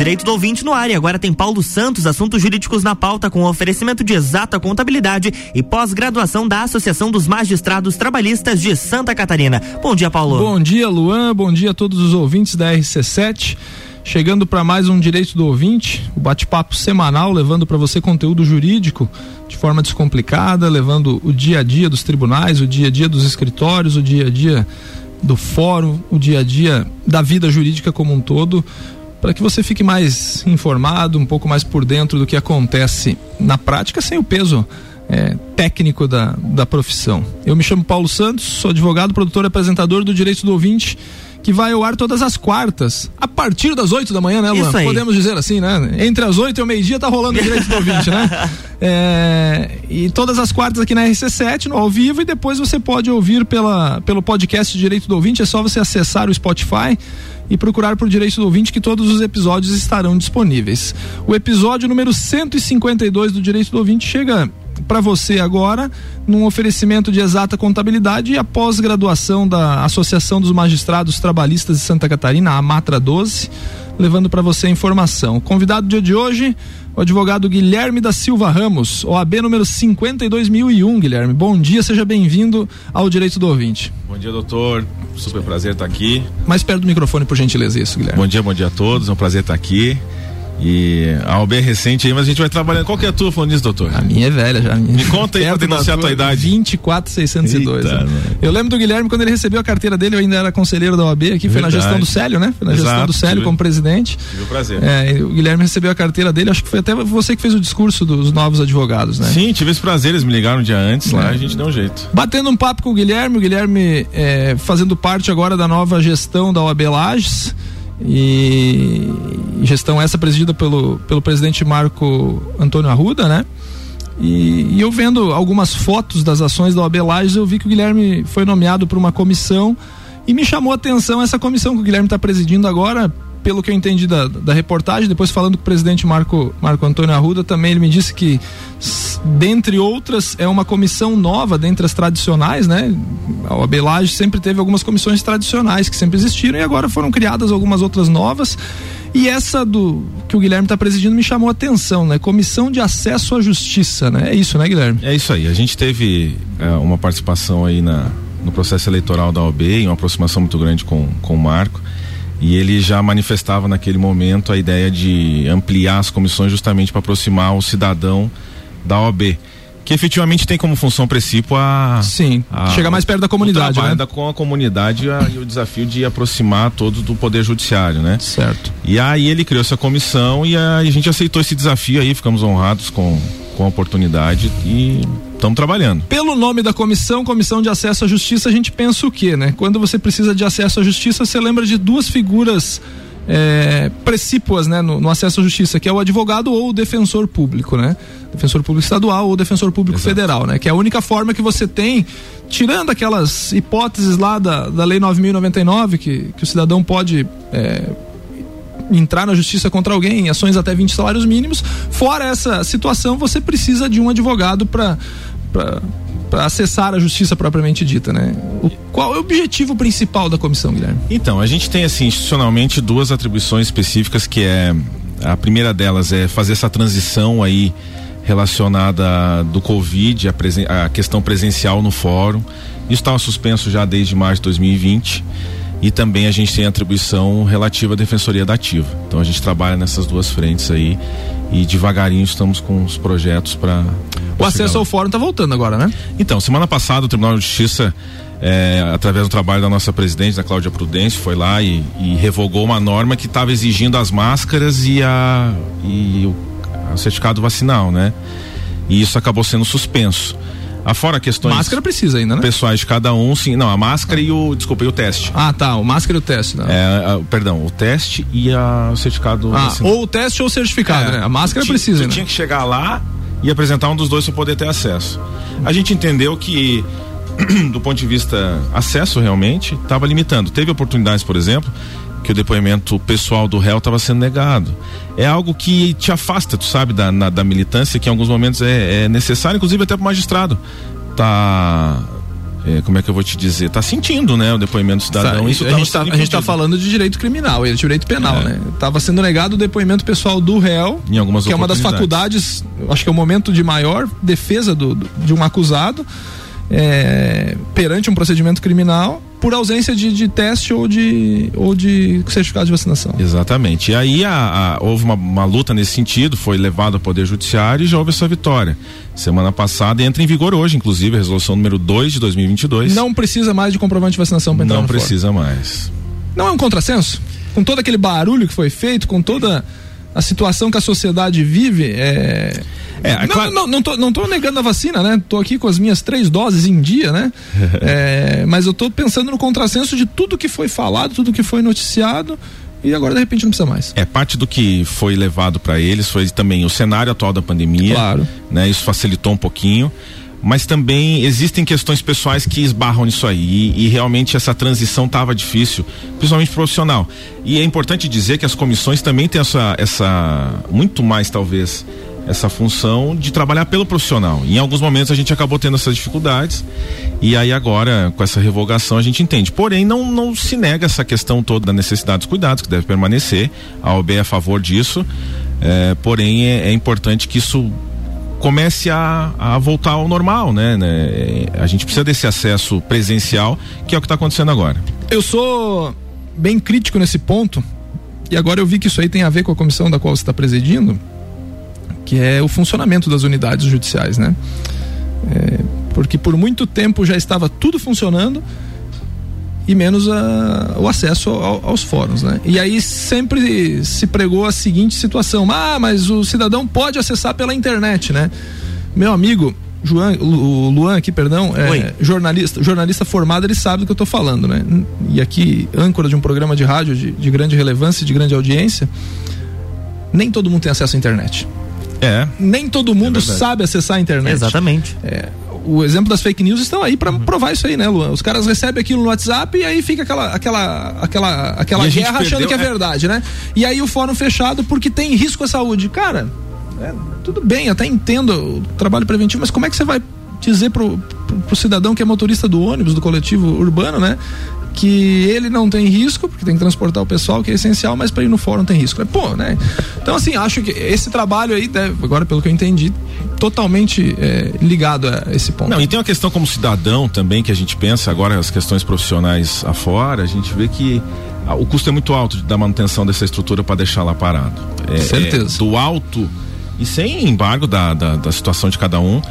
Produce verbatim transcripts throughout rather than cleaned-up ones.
Direito do Ouvinte no ar e agora tem Paulo Santos, assuntos jurídicos na pauta com oferecimento de Exata Contabilidade e pós-graduação da Associação dos Magistrados Trabalhistas de Santa Catarina. Bom dia, Paulo. Bom dia, Luan, bom dia a todos os ouvintes da R C sete. Chegando para mais um Direito do Ouvinte, o bate-papo semanal levando para você conteúdo jurídico de forma descomplicada, levando o dia a dia dos tribunais, o dia a dia dos escritórios, o dia a dia do fórum, o dia a dia da vida jurídica como um todo, para que você fique mais informado, um pouco mais por dentro do que acontece na prática, sem o peso é, técnico da, da profissão. Eu me chamo Paulo Santos, sou advogado, produtor e apresentador do Direito do Ouvinte, que vai ao ar todas as quartas, a partir das oito da manhã, né, Luan? Podemos dizer assim, né? Entre as oito e o meio-dia tá rolando o Direito do Ouvinte, né? É, e todas as quartas aqui na R C sete, no ao vivo, e depois você pode ouvir pela, pelo podcast Direito do Ouvinte, é só você acessar o Spotify e procurar por Direito do Ouvinte que todos os episódios estarão disponíveis. O episódio número cento e cinquenta e dois do Direito do Ouvinte chega para você agora num oferecimento de Exata Contabilidade e a pós-graduação da Associação dos Magistrados Trabalhistas de Santa Catarina, a Matra doze, levando para você a informação. O convidado do dia de hoje, o advogado Guilherme da Silva Ramos, O A B número cinquenta e dois mil e um. Guilherme, bom dia, seja bem-vindo ao Direito do Ouvinte. Bom dia, doutor, super prazer estar aqui. Mais perto do microfone, por gentileza, isso, Guilherme. Bom dia, bom dia a todos, é um prazer estar aqui. E a O B é recente aí, mas a gente vai trabalhando. Qual que é a tua falando nisso, doutor? A minha é velha já. Minha. Me conta aí pra denunciar a tua idade. vinte e quatro mil seiscentos e dois. Eita, né? Eu lembro do Guilherme quando ele recebeu a carteira dele, eu ainda era conselheiro da O A B aqui, foi Verdade. na gestão do Célio, né? Foi na Exato, gestão do Célio tive, como presidente. Tive o prazer. É, o Guilherme recebeu a carteira dele, acho que foi até você que fez o discurso dos novos advogados, né? Sim, tive esse prazer, eles me ligaram um dia antes é. lá, a gente deu um jeito. Batendo um papo com o Guilherme, o Guilherme é, fazendo parte agora da nova gestão da O A B Lages. E gestão essa presidida pelo, pelo presidente Marco Antônio Arruda, né? E, e eu vendo algumas fotos das ações da O A B Lages, eu vi que o Guilherme foi nomeado por uma comissão e me chamou a atenção essa comissão que o Guilherme está presidindo agora, pelo que eu entendi da, da reportagem, depois falando com o presidente Marco, Marco Antônio Arruda também, ele me disse que, dentre outras, é uma comissão nova dentre as tradicionais, né? A O A B Lages sempre teve algumas comissões tradicionais que sempre existiram e agora foram criadas algumas outras novas. E essa do que o Guilherme está presidindo me chamou a atenção, né? Comissão de Acesso à Justiça, né? É isso, né, Guilherme? É isso aí. A gente teve é, uma participação aí na, no processo eleitoral da O A B e uma aproximação muito grande com, com o Marco. E ele já manifestava naquele momento a ideia de ampliar as comissões justamente para aproximar o cidadão da O A B, que efetivamente tem como função princípio a... Sim, a, chegar mais perto da comunidade, né? Da, com a comunidade a, e o desafio de aproximar todos do Poder Judiciário, né? Certo. E aí ele criou essa comissão e a, a gente aceitou esse desafio aí, ficamos honrados com, com a oportunidade e estamos trabalhando. Pelo nome da comissão, Comissão de Acesso à Justiça, a gente pensa o quê, né? Quando você precisa de acesso à justiça, você lembra de duas figuras é, precípuas, né? No, no acesso à justiça, que é o advogado ou o defensor público, né? Defensor público estadual ou defensor público Exato. federal, né? Que é a única forma que você tem, tirando aquelas hipóteses lá da, da Lei nove mil e noventa e nove, que, que o cidadão pode é, entrar na justiça contra alguém em ações até vinte salários mínimos. Fora essa situação, você precisa de um advogado para para acessar a justiça propriamente dita, né? O, qual é o objetivo principal da comissão, Guilherme? Então, a gente tem assim institucionalmente duas atribuições específicas, que é a primeira delas é fazer essa transição aí relacionada do Covid, a, presen, a questão presencial no fórum. Isso estava suspenso já desde março de dois mil e vinte. E também a gente tem a atribuição relativa à Defensoria da Ativa. Então a gente trabalha nessas duas frentes aí e devagarinho estamos com os projetos para... O acesso ao fórum está voltando agora, né? Então, semana passada o Tribunal de Justiça, é, através do trabalho da nossa presidente, da Cláudia Prudêncio, foi lá e, e revogou uma norma que estava exigindo as máscaras e, a, e o, o certificado vacinal, né? E isso acabou sendo suspenso. Afora questões... Máscara precisa ainda, né? Pessoais de cada um, sim. Não, a máscara e o... Desculpa, e o teste. Ah, tá. O máscara e o teste, né? É, a, perdão, o teste e a, o certificado... Ah, ou o teste ou o certificado, é, né? A máscara tu, precisa, tu né? tinha que chegar lá e apresentar um dos dois para poder ter acesso. A gente entendeu que, do ponto de vista acesso, realmente, estava limitando. Teve oportunidades, por exemplo, que o depoimento pessoal do réu estava sendo negado. É algo que te afasta, tu sabe, da, na, da militância, que em alguns momentos é, é necessário, inclusive até para o magistrado tá é, como é que eu vou te dizer, tá sentindo, né, o depoimento do cidadão. Sabe, isso a, gente tá, a gente tá falando de direito criminal, de direito penal, é. né? Tava sendo negado o depoimento pessoal do réu, em algumas que é uma das faculdades, acho que é o momento de maior defesa do, do, de um acusado é, perante um procedimento criminal, por ausência de, de teste ou de, ou de certificado de vacinação. Exatamente. E aí a, a, houve uma, uma luta nesse sentido, foi levado ao Poder Judiciário e já houve essa vitória. Semana passada e entra em vigor hoje, inclusive, a resolução número dois de dois mil e vinte e dois. Não precisa mais de comprovante de vacinação para entrar Não no precisa fórum. mais. Não é um contrassenso? Com todo aquele barulho que foi feito, com toda a situação que a sociedade vive, é... É, não, claro... não, não, tô, não tô negando a vacina, né? Tô aqui com as minhas três doses em dia, né? é, mas eu tô pensando no contrassenso de tudo que foi falado, tudo que foi noticiado, e agora de repente não precisa mais. É, parte do que foi levado para eles foi também o cenário atual da pandemia. Claro. Né? Isso facilitou um pouquinho, mas também existem questões pessoais que esbarram nisso aí, e, e realmente essa transição estava difícil, principalmente profissional. E é importante dizer que as comissões também têm essa, essa muito mais talvez essa função de trabalhar pelo profissional. Em alguns momentos a gente acabou tendo essas dificuldades, e aí agora com essa revogação a gente entende. Porém, não, não se nega essa questão toda da necessidade dos cuidados, que deve permanecer. A O A B é a favor disso, é, porém é, é importante que isso comece a, a voltar ao normal, né? né? A gente precisa desse acesso presencial, que é o que está acontecendo agora. Eu sou bem crítico nesse ponto, e agora eu vi que isso aí tem a ver com a comissão da qual você está presidindo, que é o funcionamento das unidades judiciais, né? É, porque por muito tempo já estava tudo funcionando e menos a, o acesso ao, aos fóruns, né? E aí sempre se pregou a seguinte situação: ah, mas o cidadão pode acessar pela internet, né? Meu amigo João, o Luan aqui, perdão, é jornalista, jornalista formado, ele sabe do que eu tô falando, né? E aqui, âncora de um programa de rádio de, de grande relevância, de grande audiência, nem todo mundo tem acesso à internet. É. Nem todo mundo é sabe acessar a internet. Exatamente. É, o exemplo das fake news estão aí para uhum. provar isso aí, né, Luan? Os caras recebem aquilo no WhatsApp e aí fica aquela aquela aquela aquela guerra achando perdeu, que é, é verdade, né? E aí o fórum fechado porque tem risco à saúde. Cara, é, tudo bem, até entendo o trabalho preventivo, mas como é que você vai dizer pro, pro, pro cidadão que é motorista do ônibus, do coletivo urbano, né, que ele não tem risco, porque tem que transportar o pessoal, que é essencial, mas para ir no fórum tem risco. Pô, né? Então, assim, acho que esse trabalho aí deve, agora pelo que eu entendi, totalmente é, ligado a esse ponto. Não, e tem uma questão como cidadão também, que a gente pensa agora, as questões profissionais afora, a gente vê que ah, o custo é muito alto da manutenção dessa estrutura para deixar lá parado. É, certeza. É, do alto, e sem embargo da, da, da situação de cada um,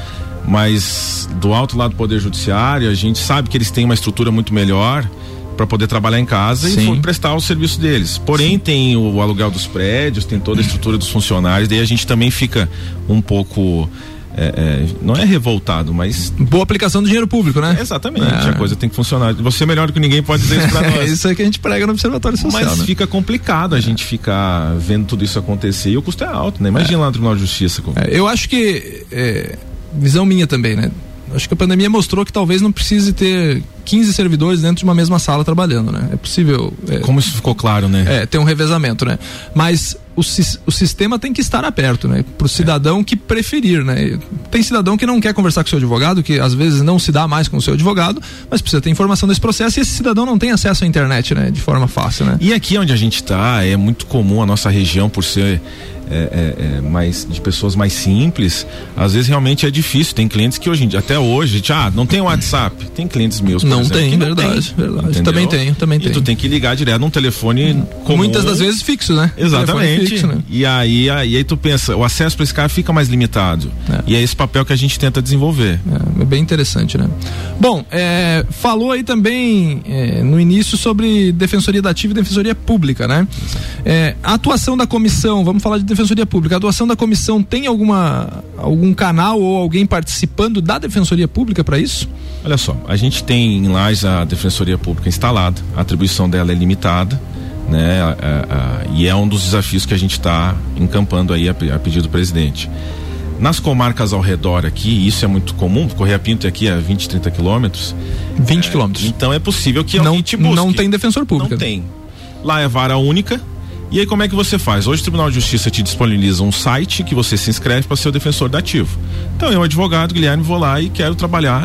mas do alto lá do Poder Judiciário, a gente sabe que eles têm uma estrutura muito melhor para poder trabalhar em casa. Sim. E for prestar o serviço deles. Porém, sim, tem o, o aluguel dos prédios, tem toda a estrutura dos funcionários, daí a gente também fica um pouco é, é, não é revoltado, mas boa aplicação do dinheiro público, né? Exatamente, é. A coisa tem que funcionar. Você melhor do que ninguém pode dizer isso pra nós. É isso aí que a gente prega no Observatório Social, mas né? Fica complicado a gente ficar vendo tudo isso acontecer, e o custo é alto, né? Imagina é. lá no Tribunal de Justiça. Com... É, eu acho que é, visão minha também, né? Acho que a pandemia mostrou que talvez não precise ter quinze servidores dentro de uma mesma sala trabalhando, né? É possível... É, como isso ficou claro, né? É, ter um revezamento, né? Mas o, o sistema tem que estar aberto, né? Pro cidadão é. que preferir, né? Tem cidadão que não quer conversar com o seu advogado, que às vezes não se dá mais com o seu advogado, mas precisa ter informação desse processo, e esse cidadão não tem acesso à internet, né? De forma fácil, né? E aqui onde a gente tá, é muito comum a nossa região, por ser... É, é, é, mais de pessoas mais simples, às vezes realmente é difícil. Tem clientes que hoje em dia, até hoje, gente, ah, não tem WhatsApp. Tem clientes meus, por não exemplo, tem, que não verdade, tem, verdade. Também tenho, também tenho. E tu tem que ligar direto num telefone comum. Muitas das vezes fixo, né? Exatamente. Fixo, né? E aí, aí, aí tu pensa, o acesso para esse cara fica mais limitado. É. E é esse papel que a gente tenta desenvolver. É, é bem interessante, né? Bom, é, falou aí também é, no início sobre Defensoria da Ativa e Defensoria Pública, né? É, a atuação da comissão, vamos falar de Defensoria Pública, a atuação da comissão tem alguma algum canal ou alguém participando da Defensoria Pública para isso? Olha só, a gente tem em Lages a Defensoria Pública instalada, a atribuição dela é limitada, né? A, a, a, e é um dos desafios que a gente está encampando aí a, a pedido do presidente. Nas comarcas ao redor aqui, isso é muito comum, Correia Pinto é aqui a vinte, trinta quilômetros. vinte quilômetros. Então é possível que não, alguém te busque. Não tem defensor público. Não tem. Lá é vara única. E aí como é que você faz? Hoje o Tribunal de Justiça te disponibiliza um site que você se inscreve para ser o defensor da ativo. Então eu, advogado Guilherme, vou lá e quero trabalhar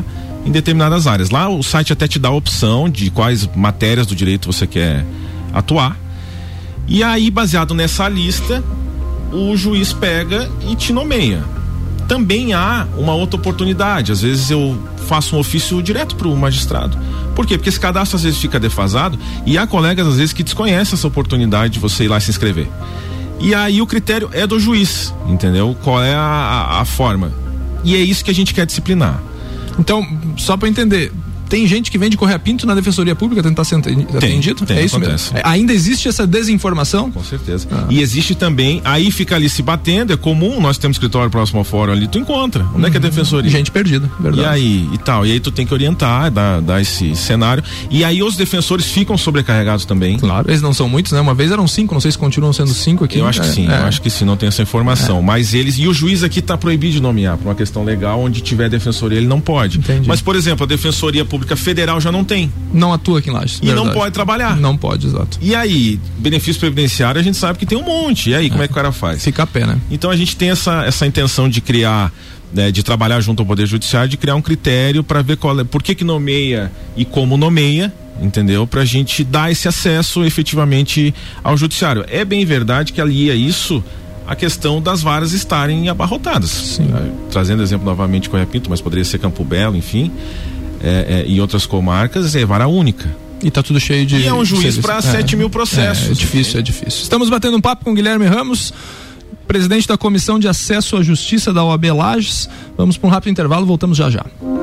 em determinadas áreas. Lá o site até te dá a opção de quais matérias do direito você quer atuar. E aí, baseado nessa lista, o juiz pega e te nomeia. Também há uma outra oportunidade. Às vezes eu faço um ofício direto para o magistrado. Por quê? Porque esse cadastro às vezes fica defasado e há colegas às vezes que desconhecem essa oportunidade de você ir lá se inscrever. E aí o critério é do juiz, entendeu? Qual é a, a, a forma? E é isso que a gente quer disciplinar. Então, só para entender, tem gente que vem de Correia Pinto na Defensoria Pública tentar ser atendido? Tem, é isso acontece. mesmo? Ainda existe essa desinformação? Com certeza. Ah. E existe também, aí fica ali se batendo, é comum, nós temos escritório próximo ao fórum ali, tu encontra. Onde uhum. é que é a defensoria? Gente perdida, verdade. E aí, e tal, e aí tu tem que orientar, dar, dar esse cenário, e aí os defensores ficam sobrecarregados também. Claro, eles não são muitos, né? Uma vez eram cinco, não sei se continuam sendo cinco aqui. Eu acho que é, sim, é. eu acho que sim, não tem essa informação, é. Mas eles, e o juiz aqui tá proibido de nomear, por uma questão legal, onde tiver defensoria ele não pode. Entendi. Mas, por exemplo, a Defensoria Pública Federal já não Não tem. Não atua aqui em Lages. E verdade. Não pode trabalhar. Não pode, exato. E aí, benefício previdenciário a gente sabe que tem um monte. E aí, é. como é que o cara faz? Fica a pé, né? Então a gente tem essa, essa intenção de criar, né, de trabalhar junto ao Poder Judiciário, de criar um critério para ver qual é, por que que nomeia e como nomeia, entendeu? Pra gente dar esse acesso efetivamente ao judiciário. É bem verdade que alia isso a questão das varas estarem abarrotadas. Sim. Trazendo exemplo novamente Correia Pinto, mas poderia ser Campo Belo, enfim. É, é, e outras comarcas é vara única. E tá tudo cheio de. E é um juiz para sete mil processos. É, é difícil, é difícil. Estamos batendo um papo com Guilherme Ramos, presidente da Comissão de Acesso à Justiça da O A B Lages. Vamos para um rápido intervalo, voltamos já já.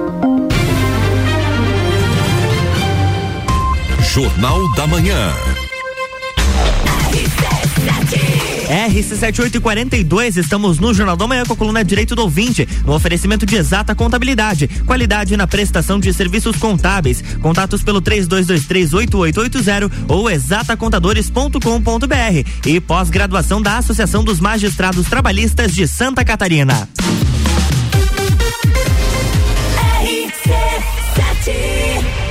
Jornal da Manhã. R C sete oito e quarenta e dois, estamos no Jornal da Manhã com a coluna Direito do Ouvinte, no oferecimento de Exata Contabilidade, qualidade na prestação de serviços contábeis. Contatos pelo três dois dois três, oito oito oito zero ou exata contadores ponto com ponto br e pós-graduação da Associação dos Magistrados Trabalhistas de Santa Catarina. R C sete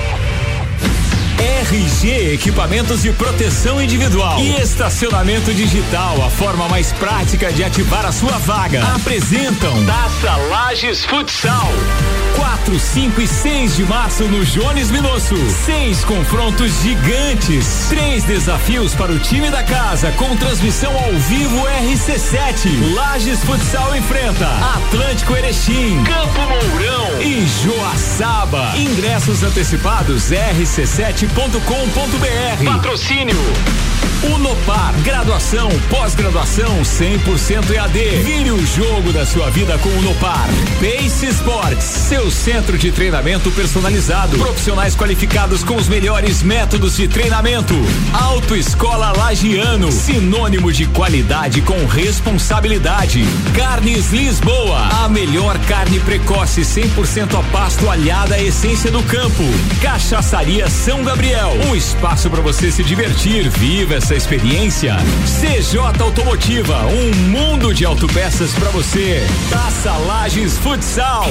R G Equipamentos de Proteção Individual e Estacionamento Digital, a forma mais prática de ativar a sua vaga. Apresentam Taça Lages Futsal. quatro, cinco e seis de março no Jones Minosso. Seis confrontos gigantes. Três desafios para o time da casa com transmissão ao vivo R C sete. Lages Futsal enfrenta Atlântico Erechim, Campo Mourão e Joaçaba. Ingressos antecipados R C sete ponto com ponto br. Patrocínio Unopar, graduação, pós-graduação cem por cento E A D. Vire o jogo da sua vida com o Unopar. Pace Sports, seu centro de treinamento personalizado. Profissionais qualificados com os melhores métodos de treinamento. Autoescola Lagiano, sinônimo de qualidade com responsabilidade. Carnes Lisboa, a melhor carne precoce cem por cento a pasto alhada à essência do campo. Cachaçaria São Gabriel, um espaço para você se divertir. Viva essa experiência. C J Automotiva, um mundo de autopeças para você. Taça Lages Futsal.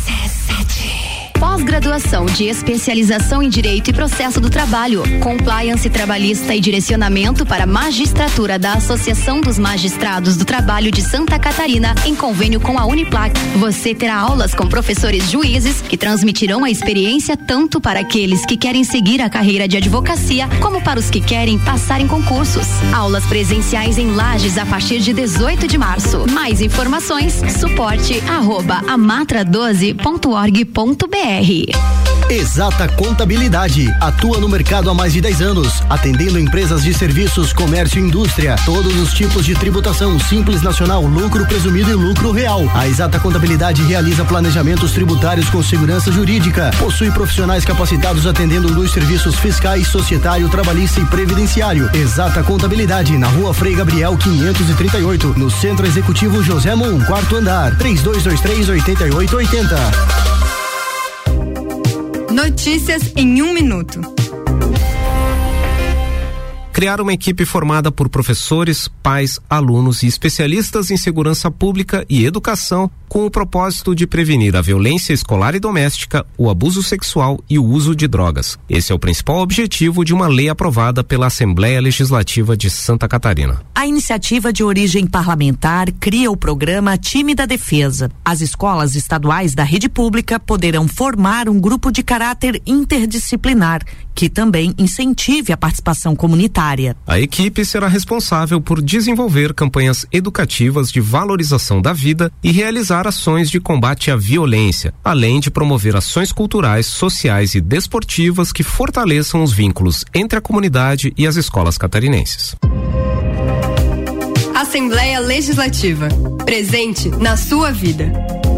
Pós-graduação de especialização em Direito e Processo do Trabalho, Compliance Trabalhista e Direcionamento para a Magistratura da Associação dos Magistrados do Trabalho de Santa Catarina, em convênio com a Uniplac. Você terá aulas com professores juízes que transmitirão a experiência tanto para aqueles que querem seguir a carreira de advocacia, como para os que querem passar em concursos. Aulas presenciais em Lages a partir de dezoito de março. Mais informações, suporte arroba amatra doze ponto org ponto br. Exata Contabilidade. Atua no mercado há mais de dez anos, atendendo empresas de serviços, comércio e indústria. Todos os tipos de tributação, simples, nacional, lucro presumido e lucro real. A Exata Contabilidade realiza planejamentos tributários com segurança jurídica. Possui profissionais capacitados atendendo nos serviços fiscais, societário, trabalhista e previdenciário. Exata Contabilidade, na Rua Frei Gabriel quinhentos e trinta e oito, no Centro Executivo José Mon, quarto andar. três dois dois três, oito oito oito zero. Notícias em um minuto. Criar uma equipe formada por professores, pais, alunos e especialistas em segurança pública e educação com o propósito de prevenir a violência escolar e doméstica, o abuso sexual e o uso de drogas. Esse é o principal objetivo de uma lei aprovada pela Assembleia Legislativa de Santa Catarina. A iniciativa de origem parlamentar cria o programa Time da Defesa. As escolas estaduais da rede pública poderão formar um grupo de caráter interdisciplinar, que também incentive a participação comunitária. A equipe será responsável por desenvolver campanhas educativas de valorização da vida e realizar ações de combate à violência, além de promover ações culturais, sociais e desportivas que fortaleçam os vínculos entre a comunidade e as escolas catarinenses. Assembleia Legislativa, presente na sua vida.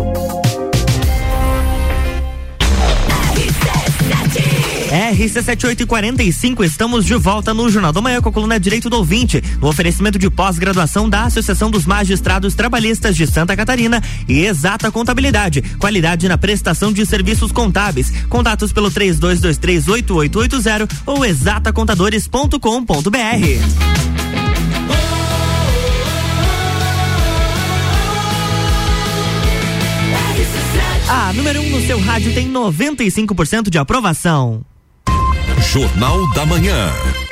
R C sete oito e quarenta e cinco, estamos de volta no Jornal da Manhã com a coluna Direito do Ouvinte, no oferecimento de pós-graduação da Associação dos Magistrados Trabalhistas de Santa Catarina e Exata Contabilidade, qualidade na prestação de serviços contábeis. Contatos pelo três dois dois três, oito oito oito zero ou exata contadores ponto com ponto br. A número um no seu rádio tem noventa e cinco por cento de aprovação. Jornal da Manhã.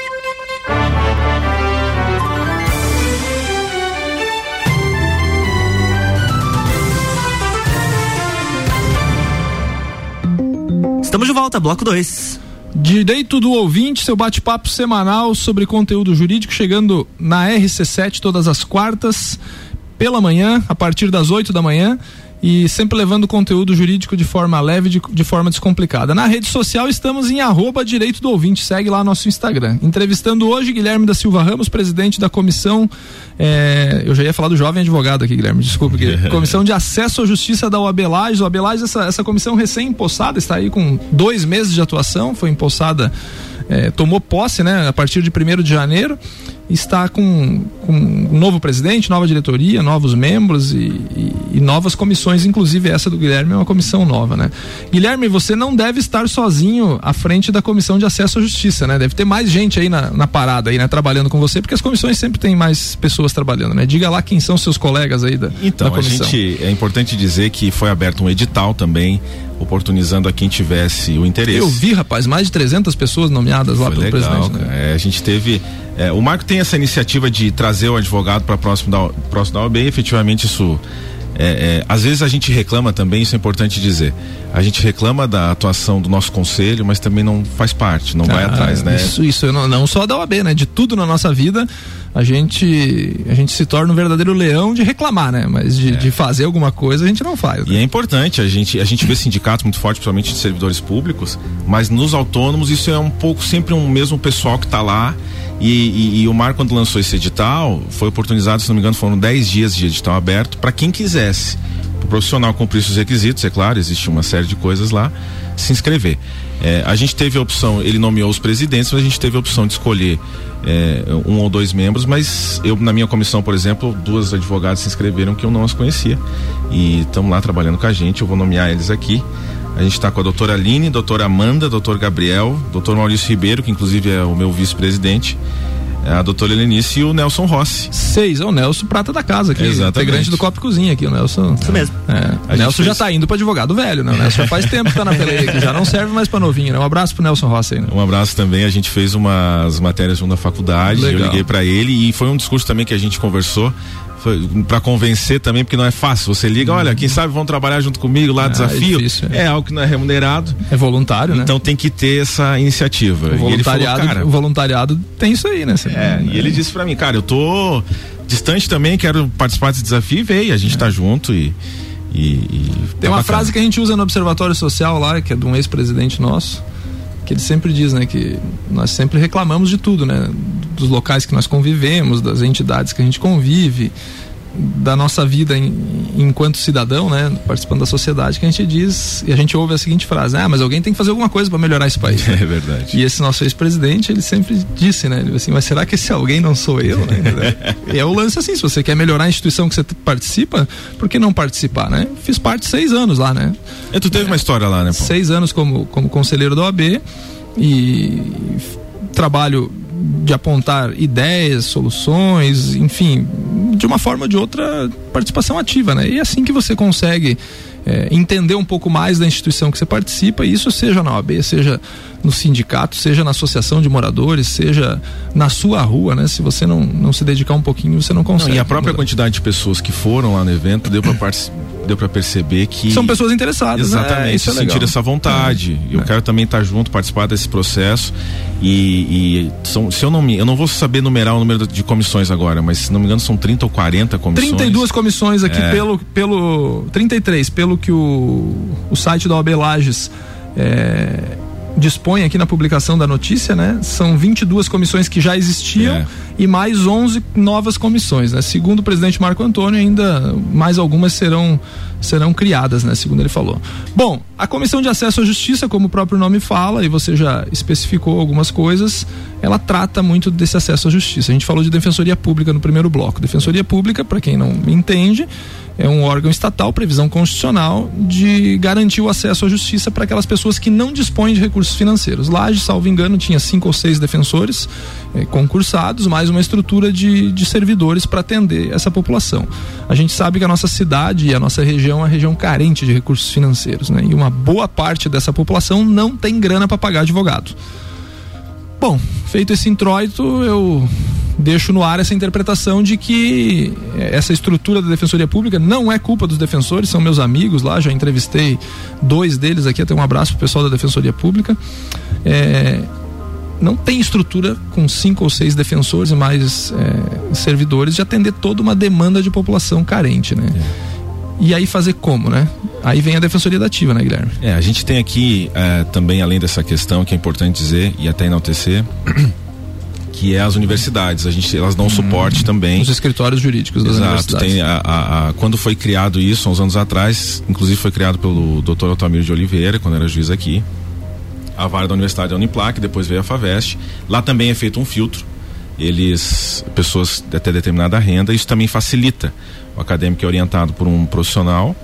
Estamos de volta, bloco dois. Direito do Ouvinte, seu bate-papo semanal sobre conteúdo jurídico, chegando na R C sete todas as quartas, pela manhã, a partir das oito da manhã. E sempre levando conteúdo jurídico de forma leve, de, de forma descomplicada. Na rede social estamos em arroba Direito do Ouvinte, segue lá nosso Instagram. Entrevistando hoje Guilherme da Silva Ramos, presidente da comissão, é, eu já ia falar do jovem advogado aqui, Guilherme, desculpa, Guilherme. Comissão de Acesso à Justiça da O A B Lages. O A B Lages, essa, essa comissão recém-empossada, está aí com dois meses de atuação, foi empossada, é, tomou posse, né, a partir de primeiro de janeiro. Está com, com um novo presidente, nova diretoria, novos membros e, e, e novas comissões, inclusive essa do Guilherme é uma comissão nova, né? Guilherme, você não deve estar sozinho à frente da Comissão de Acesso à Justiça, né? Deve ter mais gente aí na, na parada, aí, né? Trabalhando com você, porque as comissões sempre têm mais pessoas trabalhando, né? Diga lá quem são seus colegas aí da, então, da comissão. A gente, é importante dizer que foi aberto um edital também, oportunizando a quem tivesse o interesse. Eu vi, rapaz, mais de trezentas pessoas nomeadas lá foi pelo legal, presidente. Né? É, a gente teve... É, o Marco tem essa iniciativa de trazer o advogado para próximo da, próximo da O A B, e efetivamente isso, é, é, às vezes a gente reclama também, isso é importante dizer, a gente reclama da atuação do nosso conselho, mas também não faz parte, não ah, vai atrás, né? Isso, isso não, não só da O A B, né? De tudo na nossa vida, a gente, a gente se torna um verdadeiro leão de reclamar, né? Mas de, é. de fazer alguma coisa a gente não faz. Né? E é importante, a gente, a gente vê sindicatos muito fortes, principalmente de servidores públicos, mas nos autônomos isso é um pouco sempre um mesmo pessoal que está lá. E, e, e o Marco, quando lançou esse edital, foi oportunizado, se não me engano, foram dez dias de edital aberto para quem quisesse. O profissional cumprir os requisitos, é claro, existe uma série de coisas lá, se inscrever. É, a gente teve a opção, ele nomeou os presidentes, mas a gente teve a opção de escolher é, um ou dois membros, mas eu, na minha comissão, por exemplo, duas advogadas se inscreveram que eu não as conhecia. E estão lá trabalhando com a gente, eu vou nomear eles aqui. A gente está com a doutora Aline, doutora Amanda, doutor Gabriel, doutor Maurício Ribeiro, que inclusive é o meu vice-presidente, a doutora Helenice e o Nelson Rossi. Seis, é o Nelson Prata da casa aqui, exatamente. Integrante do Copo e Cozinha aqui, o Nelson. Isso mesmo. É, o Nelson fez... já tá indo para advogado velho, né? O Nelson já faz tempo que tá na peleia aqui, já não serve mais para novinho, né? Um abraço pro Nelson Rossi aí, né? Um abraço também, a gente fez umas matérias junto na faculdade, legal. Eu liguei para ele e foi um discurso também que a gente conversou, para convencer também, porque não é fácil. Você liga, olha, quem sabe vão trabalhar junto comigo lá, ah, desafio. É, difícil, é. é algo que não é remunerado. É voluntário, né? Então tem que ter essa iniciativa. O voluntariado, e ele falou, cara, o voluntariado tem isso aí, né? Você, é, né? E ele disse para mim, cara, eu tô distante também, quero participar desse desafio e veio. A gente é. tá junto e. e, e tem uma bacana. Frase que a gente usa no Observatório Social lá, que é de um ex-presidente nosso, que ele sempre diz, né, que nós sempre reclamamos de tudo, né? Dos locais que nós convivemos, das entidades que a gente convive, da nossa vida em, enquanto cidadão, né, participando da sociedade, que a gente diz, e a gente ouve a seguinte frase: ah, mas alguém tem que fazer alguma coisa para melhorar esse país. Né? É verdade. E esse nosso ex-presidente, ele sempre disse, né, ele assim, mas será que esse alguém não sou eu, né? E é o lance assim, se você quer melhorar a instituição que você participa, por que não participar, né? Fiz parte seis anos lá, né? E tu teve é, uma história lá, né, Paulo? Seis anos como, como conselheiro da O A B e trabalho de apontar ideias, soluções, enfim, de de uma forma ou de outra, participação ativa, né? E é assim que você consegue é, entender um pouco mais da instituição que você participa, e isso seja na O A B, seja no sindicato, seja na associação de moradores, seja na sua rua, né? Se você não, não se dedicar um pouquinho, você não consegue. Não, e a própria mudar. Quantidade de pessoas que foram lá no evento deu para participar. Deu para perceber que são pessoas interessadas, exatamente, né? Isso é sentir legal. essa vontade. É. Eu é. quero também estar junto, participar desse processo e, e são, se eu não me, eu não vou saber numerar o número de comissões agora, mas se não me engano são trinta ou quarenta comissões. trinta e duas comissões aqui é. pelo pelo trinta e três, pelo que o o site da O A B Lages é, dispõe aqui na publicação da notícia, né? São vinte e duas comissões que já existiam é. e mais onze novas comissões, né? Segundo o presidente Marco Antônio, ainda mais algumas serão serão criadas, né? Segundo ele falou. Bom, a Comissão de Acesso à Justiça, como o próprio nome fala, e você já especificou algumas coisas, ela trata muito desse acesso à justiça. A gente falou de Defensoria Pública no primeiro bloco. Defensoria Pública, para quem não entende, é um órgão estatal, previsão constitucional, de garantir o acesso à justiça para aquelas pessoas que não dispõem de recursos financeiros. Lages, salvo engano, tinha cinco ou seis defensores eh, concursados, mais uma estrutura de, de servidores para atender essa população. A gente sabe que a nossa cidade e a nossa região é uma região carente de recursos financeiros, né? E uma boa parte dessa população não tem grana para pagar advogado. Bom, feito esse introito, eu deixo no ar essa interpretação de que essa estrutura da Defensoria Pública não é culpa dos defensores, são meus amigos lá, já entrevistei dois deles aqui, até um abraço pro pessoal da Defensoria Pública. É, não tem estrutura com cinco ou seis defensores e mais é, servidores de atender toda uma demanda de população carente, né? É. E aí fazer como, né? Aí vem a Defensoria da Ativa, né, Guilherme? É, a gente tem aqui é, também, além dessa questão que é importante dizer e até enaltecer, que é as universidades. A gente, elas dão hum, suporte também. Os escritórios jurídicos das Exato, universidades. Tem a, a, a, quando foi criado isso, há uns anos atrás, inclusive foi criado pelo doutor Altamiro de Oliveira, quando era juiz aqui, a vara da Universidade da Uniplac, depois veio a FAVEST. Lá também é feito um filtro. Eles, pessoas de até determinada renda, isso também facilita. O acadêmico é orientado por um profissional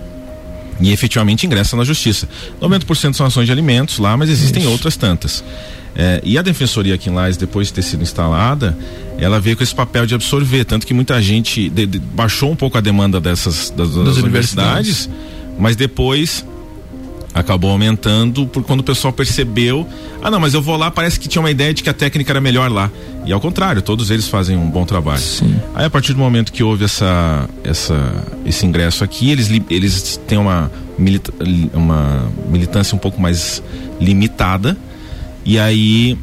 e efetivamente ingressa na justiça. noventa por cento são ações de alimentos lá, mas existem Isso. outras tantas. É, e a Defensoria aqui em Lages, depois de ter sido instalada, ela veio com esse papel de absorver, tanto que muita gente de, de, baixou um pouco a demanda dessas das, das, das universidades, universidades, mas depois acabou aumentando por quando o pessoal percebeu, ah não, mas eu vou lá, parece que tinha uma ideia de que a técnica era melhor lá, e ao contrário, todos eles fazem um bom trabalho. Sim. Aí a partir do momento que houve essa, essa, esse ingresso aqui, eles, eles têm uma, milita, uma militância um pouco mais limitada, e aí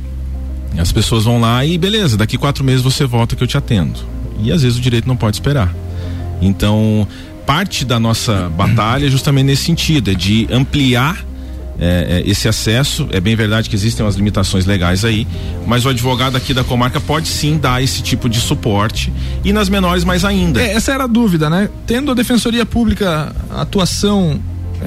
as pessoas vão lá e beleza, daqui quatro meses você volta que eu te atendo, e às vezes o direito não pode esperar. Então parte da nossa batalha é justamente nesse sentido, é de ampliar é, é, esse acesso. É bem verdade que existem umas limitações legais aí, mas o advogado aqui da comarca pode sim dar esse tipo de suporte, e nas menores mais ainda. É, essa era a dúvida, né? Tendo a Defensoria Pública atuação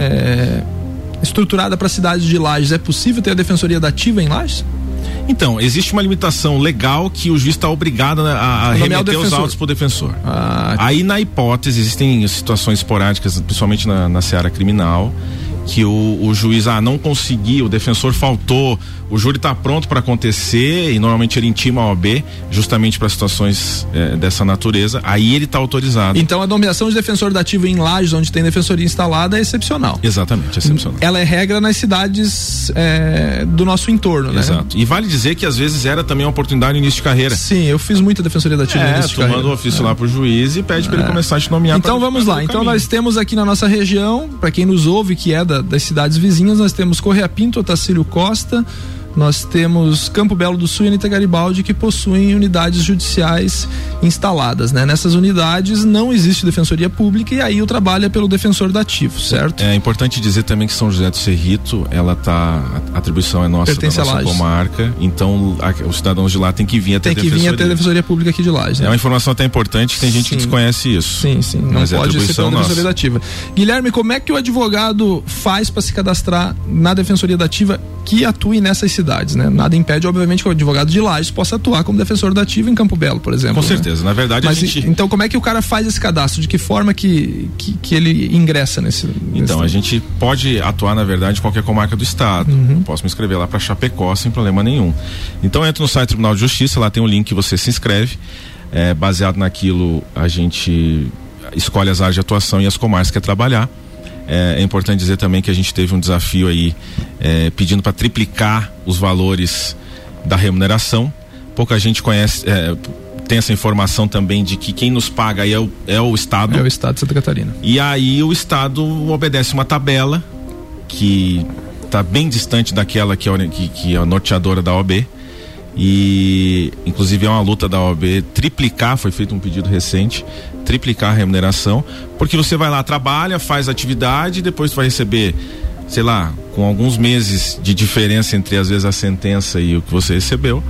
é, estruturada para a cidade de Lages, é possível ter a Defensoria da Ativa em Lages? Então, existe uma limitação legal que o juiz está obrigado a, a remeter os autos para o defensor. Ah, Aí, na hipótese, existem situações esporádicas, principalmente na, na seara criminal, que o, o juiz ah, não conseguiu, o defensor faltou, o júri está pronto para acontecer, e normalmente ele intima a O A B justamente para situações eh, dessa natureza, aí ele está autorizado. Então a nomeação de defensor da Ativa em Lages, onde tem defensoria instalada, é excepcional. Exatamente, é excepcional. Ela é regra nas cidades eh, do nosso entorno, né? Exato. E vale dizer que às vezes era também uma oportunidade no início de carreira. Sim, eu fiz muita defensoria da Ativa é, no início de carreira. Tu manda o ofício é. lá pro juiz e pede é. para ele começar a te nomear. Então pra, vamos pra lá, então caminho. nós temos aqui na nossa região, para quem nos ouve, que é da, das cidades vizinhas, nós temos Correia Pinto, Otacílio Costa, nós temos Campo Belo do Sul e Anitta Garibaldi, que possuem unidades judiciais instaladas, né? Nessas unidades não existe defensoria pública, e aí o trabalho é pelo defensor dativo, certo? É importante dizer também que São José do Cerrito, ela tá, a atribuição é nossa, pertence da nossa comarca, então a, os cidadãos de lá tem que vir até a defensoria. Tem que vir até a defensoria pública aqui de Lages, né? É uma informação até importante, que tem gente sim. que desconhece isso. Sim, sim, não mas pode é ser pela defensoria dativa. Guilherme, como é que o advogado faz para se cadastrar na defensoria dativa que atue nessas cidades, né? Nada impede, obviamente, que o advogado de Lages possa atuar como defensor dativo em Campo Belo, por exemplo. Com certeza, né? Na verdade Mas, a gente... Então como é que o cara faz esse cadastro? De que forma que, que, que ele ingressa nesse... Então, nesse... a gente pode atuar, na verdade, em qualquer comarca do estado. Uhum. Eu posso me inscrever lá para Chapecó sem problema nenhum. Então entra no site do Tribunal de Justiça, lá tem um link que você se inscreve. É, baseado naquilo, a gente escolhe as áreas de atuação e as comarcas que quer trabalhar. É, é importante dizer também que a gente teve um desafio aí é, pedindo para triplicar os valores da remuneração. Pouca gente conhece, é, tem essa informação também de que quem nos paga aí é o, é o Estado. É o Estado de Santa Catarina. E aí o Estado obedece uma tabela que está bem distante daquela que é, que, que é a norteadora da O A B. E inclusive é uma luta da O A B triplicar, foi feito um pedido recente, triplicar a remuneração, porque você vai lá, trabalha, faz atividade e depois tu vai receber, sei lá, com alguns meses de diferença entre às vezes a sentença e o que você recebeu.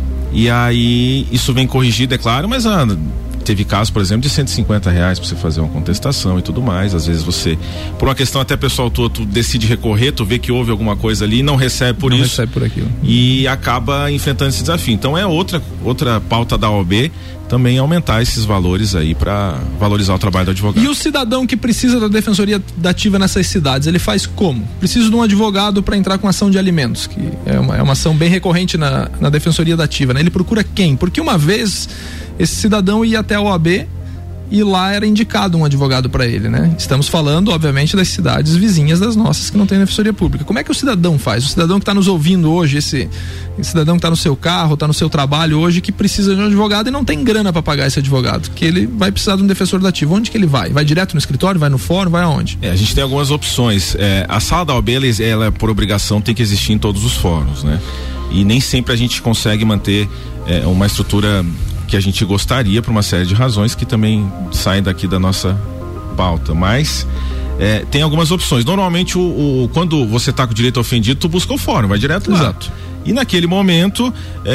E aí isso vem corrigido, é claro, mas ah, teve casos, por exemplo, de cento e cinquenta reais para você fazer uma contestação e tudo mais. Às vezes você, por uma questão até pessoal tua, tu decide recorrer, tu vê que houve alguma coisa ali e não recebe por não isso. Recebe por aquilo. E acaba enfrentando esse desafio. Então é outra, outra pauta da O A B também aumentar esses valores aí para valorizar o trabalho do advogado. E o cidadão que precisa da defensoria dativa nessas cidades, ele faz como? Preciso de um advogado para entrar com ação de alimentos, que é uma, é uma ação bem recorrente na, na defensoria dativa, né? Ele procura quem? Porque uma vez esse cidadão ia até a O A B e lá era indicado um advogado para ele, né? Estamos falando, obviamente, das cidades vizinhas das nossas que não tem defensoria pública. Como é que o cidadão faz? O cidadão que está nos ouvindo hoje, esse, esse cidadão que está no seu carro, está no seu trabalho hoje, que precisa de um advogado e não tem grana para pagar esse advogado, que ele vai precisar de um defensor dativo. Onde que ele vai? Vai direto no escritório? Vai no fórum? Vai aonde? É, a gente tem algumas opções. É, a sala da O A B, ela, ela, por obrigação, tem que existir em todos os fóruns, né? E nem sempre a gente consegue manter é, uma estrutura que a gente gostaria por uma série de razões que também saem daqui da nossa pauta, mas é, tem algumas opções. Normalmente o, o, quando você está com o direito ofendido, tu busca o fórum, vai direto lá. Exato. E naquele momento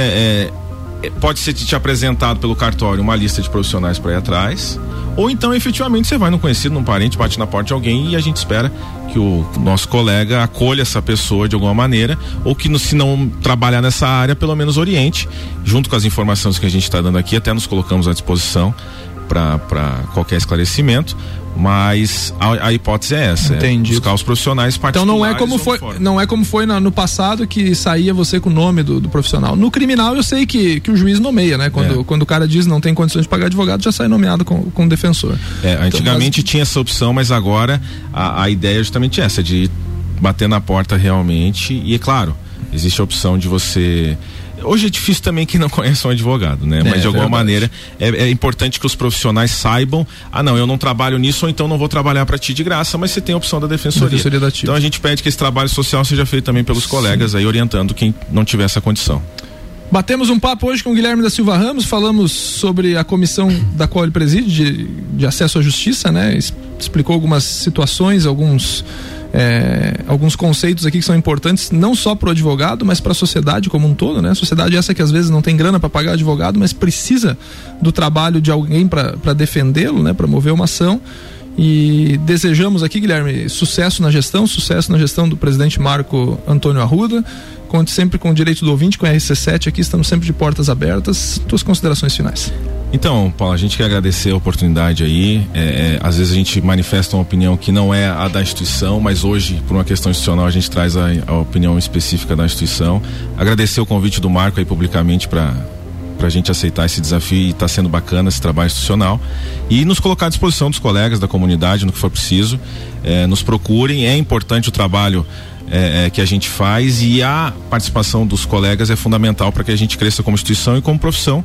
é, é, pode ser te apresentado pelo cartório uma lista de profissionais para ir atrás, ou então efetivamente você vai num conhecido, num parente, bate na porta de alguém e a gente espera que o nosso colega acolha essa pessoa de alguma maneira, ou que no, se não trabalhar nessa área, pelo menos oriente, junto com as informações que a gente está dando aqui, até nos colocamos à disposição para qualquer esclarecimento, mas a, a hipótese é essa. Entendi. É buscar os profissionais particulares. Então não é como foi, não é como foi no, no passado que saía você com o nome do, do profissional. No criminal eu sei que, que o juiz nomeia, né? Quando, é. quando o cara diz não tem condições de pagar advogado, já sai nomeado com, com defensor. É, antigamente então, mas... tinha essa opção, mas agora a, a ideia é justamente essa, de bater na porta realmente, e é claro, existe a opção de você... Hoje é difícil também quem não conhece um advogado, né? É, Mas de alguma verdade. maneira é, é importante que os profissionais saibam, ah não, eu não trabalho nisso, ou então não vou trabalhar para ti de graça, mas você tem a opção da defensoria. defensoria então a gente pede que esse trabalho social seja feito também pelos Sim. colegas aí, orientando quem não tiver essa condição. Batemos um papo hoje com o Guilherme da Silva Ramos, falamos sobre a comissão da qual ele preside, de, de acesso à justiça, né? Explicou algumas situações, alguns É, alguns conceitos aqui que são importantes não só para o advogado, mas para a sociedade como um todo, né? A sociedade essa que às vezes não tem grana para pagar advogado, mas precisa do trabalho de alguém para defendê-lo, né? Para mover uma ação. E desejamos aqui, Guilherme, sucesso na gestão, sucesso na gestão do presidente Marco Antônio Arruda. Conte sempre com o direito do ouvinte, com a R C sete aqui, estamos sempre de portas abertas. Tuas considerações finais. Então, Paulo, a gente quer agradecer a oportunidade aí, é, é, às vezes a gente manifesta uma opinião que não é a da instituição, mas hoje, por uma questão institucional, a gente traz a, a opinião específica da instituição. Agradecer o convite do Marco aí publicamente para para a gente aceitar esse desafio, e está sendo bacana esse trabalho institucional, e nos colocar à disposição dos colegas da comunidade no que for preciso. É, nos procurem, é importante o trabalho É, é, que a gente faz, e a participação dos colegas é fundamental para que a gente cresça como instituição e como profissão,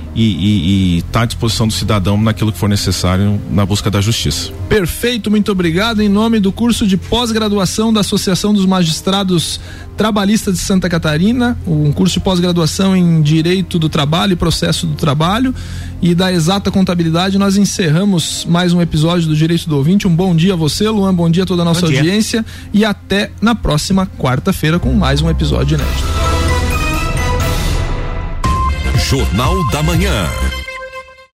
e está à disposição do cidadão naquilo que for necessário na busca da justiça. Perfeito, muito obrigado. Em nome do curso de pós-graduação da Associação dos Magistrados Trabalhistas de Santa Catarina, um curso de pós-graduação em Direito do Trabalho e Processo do Trabalho, e da Exata Contabilidade, nós encerramos mais um episódio do Direito do Ouvinte. Um bom dia a você, Luan, bom dia a toda a nossa audiência, e até na próxima quarta-feira com mais um episódio inédito. Jornal da Manhã.